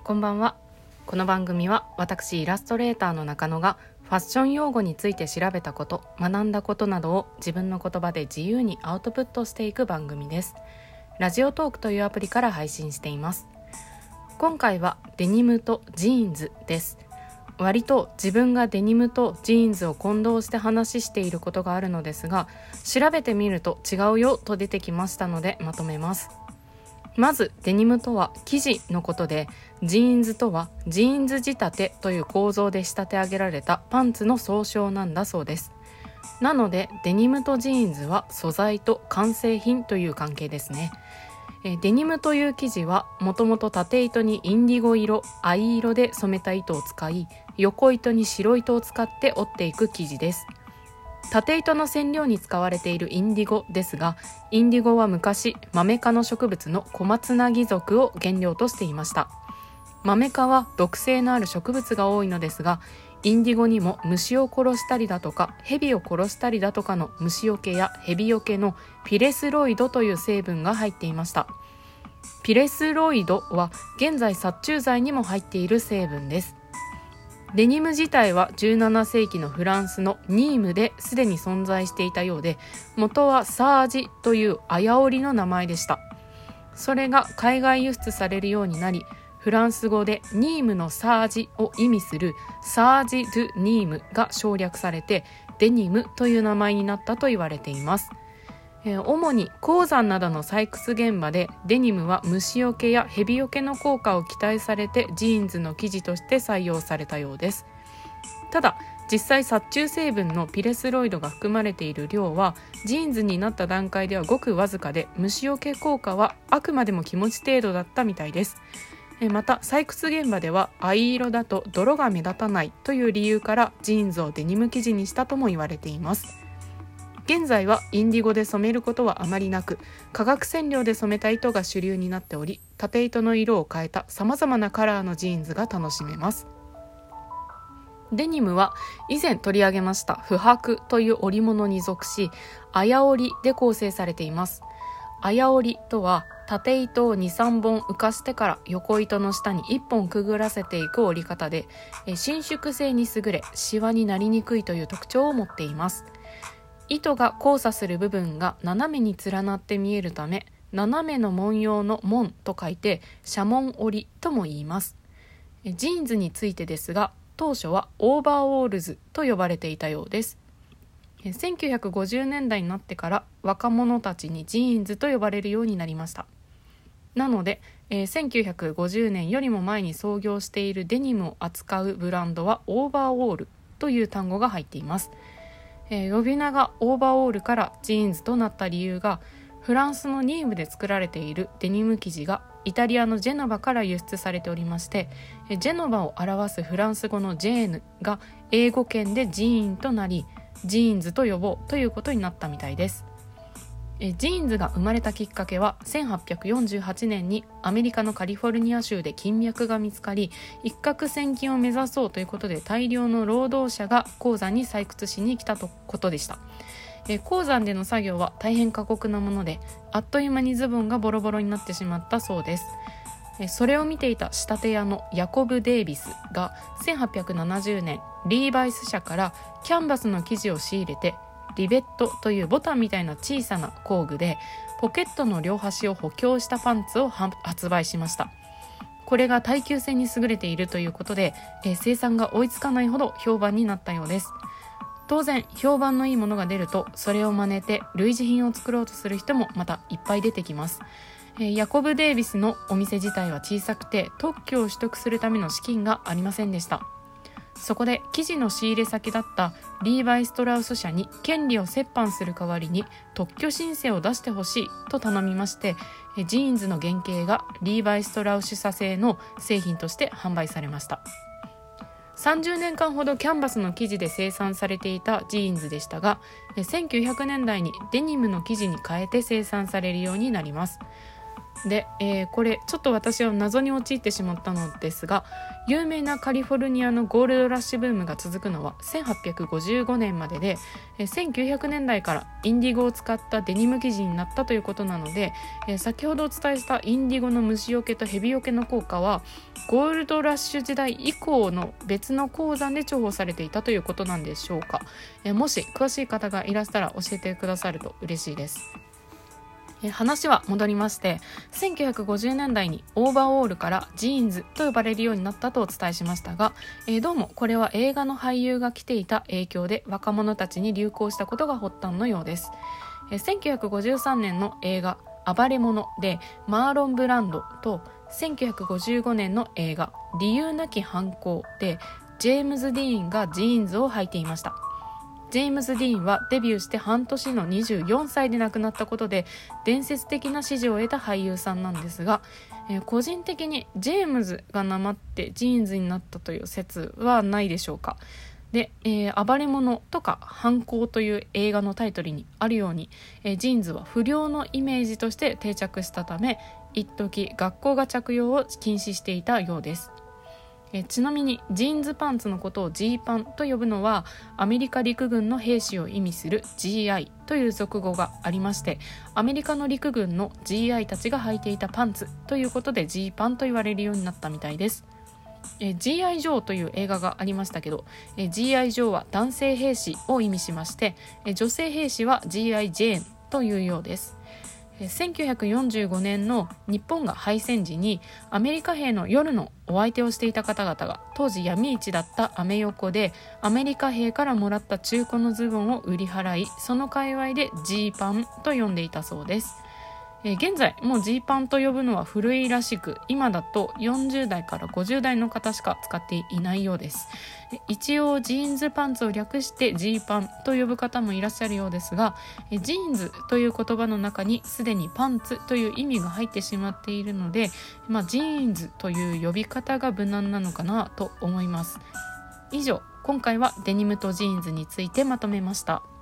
こんばんは。この番組は私イラストレーターの中野がファッション用語について調べたこと、学んだことなどを自分の言葉で自由にアウトプットしていく番組です。ラジオトークというアプリから配信しています。今回はデニムとジーンズです。割と自分がデニムとジーンズを混同して話していることがあるのですが、調べてみると違うよと出てきましたのでまとめます。まずデニムとは生地のことで、ジーンズとはジーンズ仕立てという構造で仕立て上げられたパンツの総称なんだそうです。なのでデニムとジーンズは素材と完成品という関係ですね。デニムという生地はもともと縦糸にインディゴ色、藍色で染めた糸を使い、横糸に白糸を使って織っていく生地です。縦糸の染料に使われているインディゴですが、インディゴは昔マメ科の植物のコマツナギ属を原料としていました。マメ科は毒性のある植物が多いのですが、インディゴにも虫を殺したりだとか蛇を殺したりだとかの虫よけや蛇よけのピレスロイドという成分が入っていました。ピレスロイドは現在殺虫剤にも入っている成分です。デニム自体は17世紀のフランスのニームですでに存在していたようで、元はサージという綾織の名前でした。それが海外輸出されるようになり、フランス語でニームのサージを意味するサージ・ドゥ・ニームが省略されてデニムという名前になったと言われています。主に鉱山などの採掘現場でデニムは虫よけや蛇よけの効果を期待されてジーンズの生地として採用されたようです。ただ実際殺虫成分のピレスロイドが含まれている量はジーンズになった段階ではごくわずかで、虫よけ効果はあくまでも気持ち程度だったみたいです。また採掘現場では藍色だと泥が目立たないという理由からジーンズをデニム生地にしたとも言われています。現在はインディゴで染めることはあまりなく、化学染料で染めた糸が主流になっており、縦糸の色を変えたさまざまなカラーのジーンズが楽しめます。デニムは以前取り上げました不白という織物に属し、綾織で構成されています。綾織とは縦糸を 2,3 本浮かしてから横糸の下に1本くぐらせていく織り方で、伸縮性に優れシワになりにくいという特徴を持っています。糸が交差する部分が斜めに連なって見えるため、斜めの文様の紋と書いて斜紋織とも言います。ジーンズについてですが、当初はオーバーオールズと呼ばれていたようです。1950年代になってから若者たちにジーンズと呼ばれるようになりました。なので、1950年よりも前に創業しているデニムを扱うブランドはオーバーオールという単語が入っています。呼び名がオーバーオールからジーンズとなった理由が、フランスのニームで作られているデニム生地がイタリアのジェノバから輸出されておりまして、ジェノバを表すフランス語のジェーヌが英語圏でジーンとなり、ジーンズと呼ぼうということになったみたいです。ジーンズが生まれたきっかけは1848年にアメリカのカリフォルニア州で金脈が見つかり、一攫千金を目指そうということで大量の労働者が鉱山に採掘しに来たことでした。鉱山での作業は大変過酷なもので、あっという間にズボンがボロボロになってしまったそうです。それを見ていた仕立て屋のヤコブ・デイビスが1870年リーバイス社からキャンバスの生地を仕入れて、リベットというボタンみたいな小さな工具でポケットの両端を補強したパンツを発売しました。これが耐久性に優れているということで、生産が追いつかないほど評判になったようです。当然評判のいいものが出るとそれを真似て類似品を作ろうとする人もまたいっぱい出てきます。ヤコブ・デイビスのお店自体は小さくて特許を取得するための資金がありませんでした。そこで生地の仕入れ先だったリーバイ・ストラウス社に権利を折半する代わりに特許申請を出してほしいと頼みまして、ジーンズの原型がリーバイ・ストラウス社製の製品として販売されました。30年間ほどキャンバスの生地で生産されていたジーンズでしたが、1900年代にデニムの生地に変えて生産されるようになります。 で、これちょっと私は謎に陥ってしまったのですが、有名なカリフォルニアのゴールドラッシュブームが続くのは1855年までで、1900年代からインディゴを使ったデニム生地になったということなので、先ほどお伝えしたインディゴの虫除けとヘビ除けの効果はゴールドラッシュ時代以降の別の鉱山で重宝されていたということなんでしょうか。もし詳しい方がいらしたら教えてくださると嬉しいです。話は戻りまして、1950年代にオーバーオールからジーンズと呼ばれるようになったとお伝えしましたが、どうもこれは映画の俳優が着ていた影響で若者たちに流行したことが発端のようです。1953年の映画暴れ者でマーロン・ブランドと、1955年の映画理由なき犯行でジェームズ・ディーンがジーンズを履いていました。ジェームズ・ディーンはデビューして半年の24歳で亡くなったことで伝説的な支持を得た俳優さんなんですが、個人的にジェームズがなまってジーンズになったという説はないでしょうか。で、暴れ者とか犯行という映画のタイトルにあるように、ジーンズは不良のイメージとして定着したため、一時学校が着用を禁止していたようです。ちなみにジーンズパンツのことをジーパンと呼ぶのは、アメリカ陸軍の兵士を意味する GI という俗語がありまして、アメリカの陸軍の GI たちが履いていたパンツということでジーパンと言われるようになったみたいです。GI ジョーという映画がありましたけど、GI ジョーは男性兵士を意味しまして、女性兵士は GI ジェーンというようです。1945年の日本が敗戦時にアメリカ兵の夜のお相手をしていた方々が当時闇市だったアメ横でアメリカ兵からもらった中古のズボンを売り払い、その界隈でジーパンと呼んでいたそうです。現在もうジーパンと呼ぶのは古いらしく、今だと40代から50代の方しか使っていないようです。一応ジーンズパンツを略してジーパンと呼ぶ方もいらっしゃるようですが、ジーンズという言葉の中にすでにパンツという意味が入ってしまっているので、ジーンズという呼び方が無難なのかなと思います。以上、今回はデニムとジーンズについてまとめました。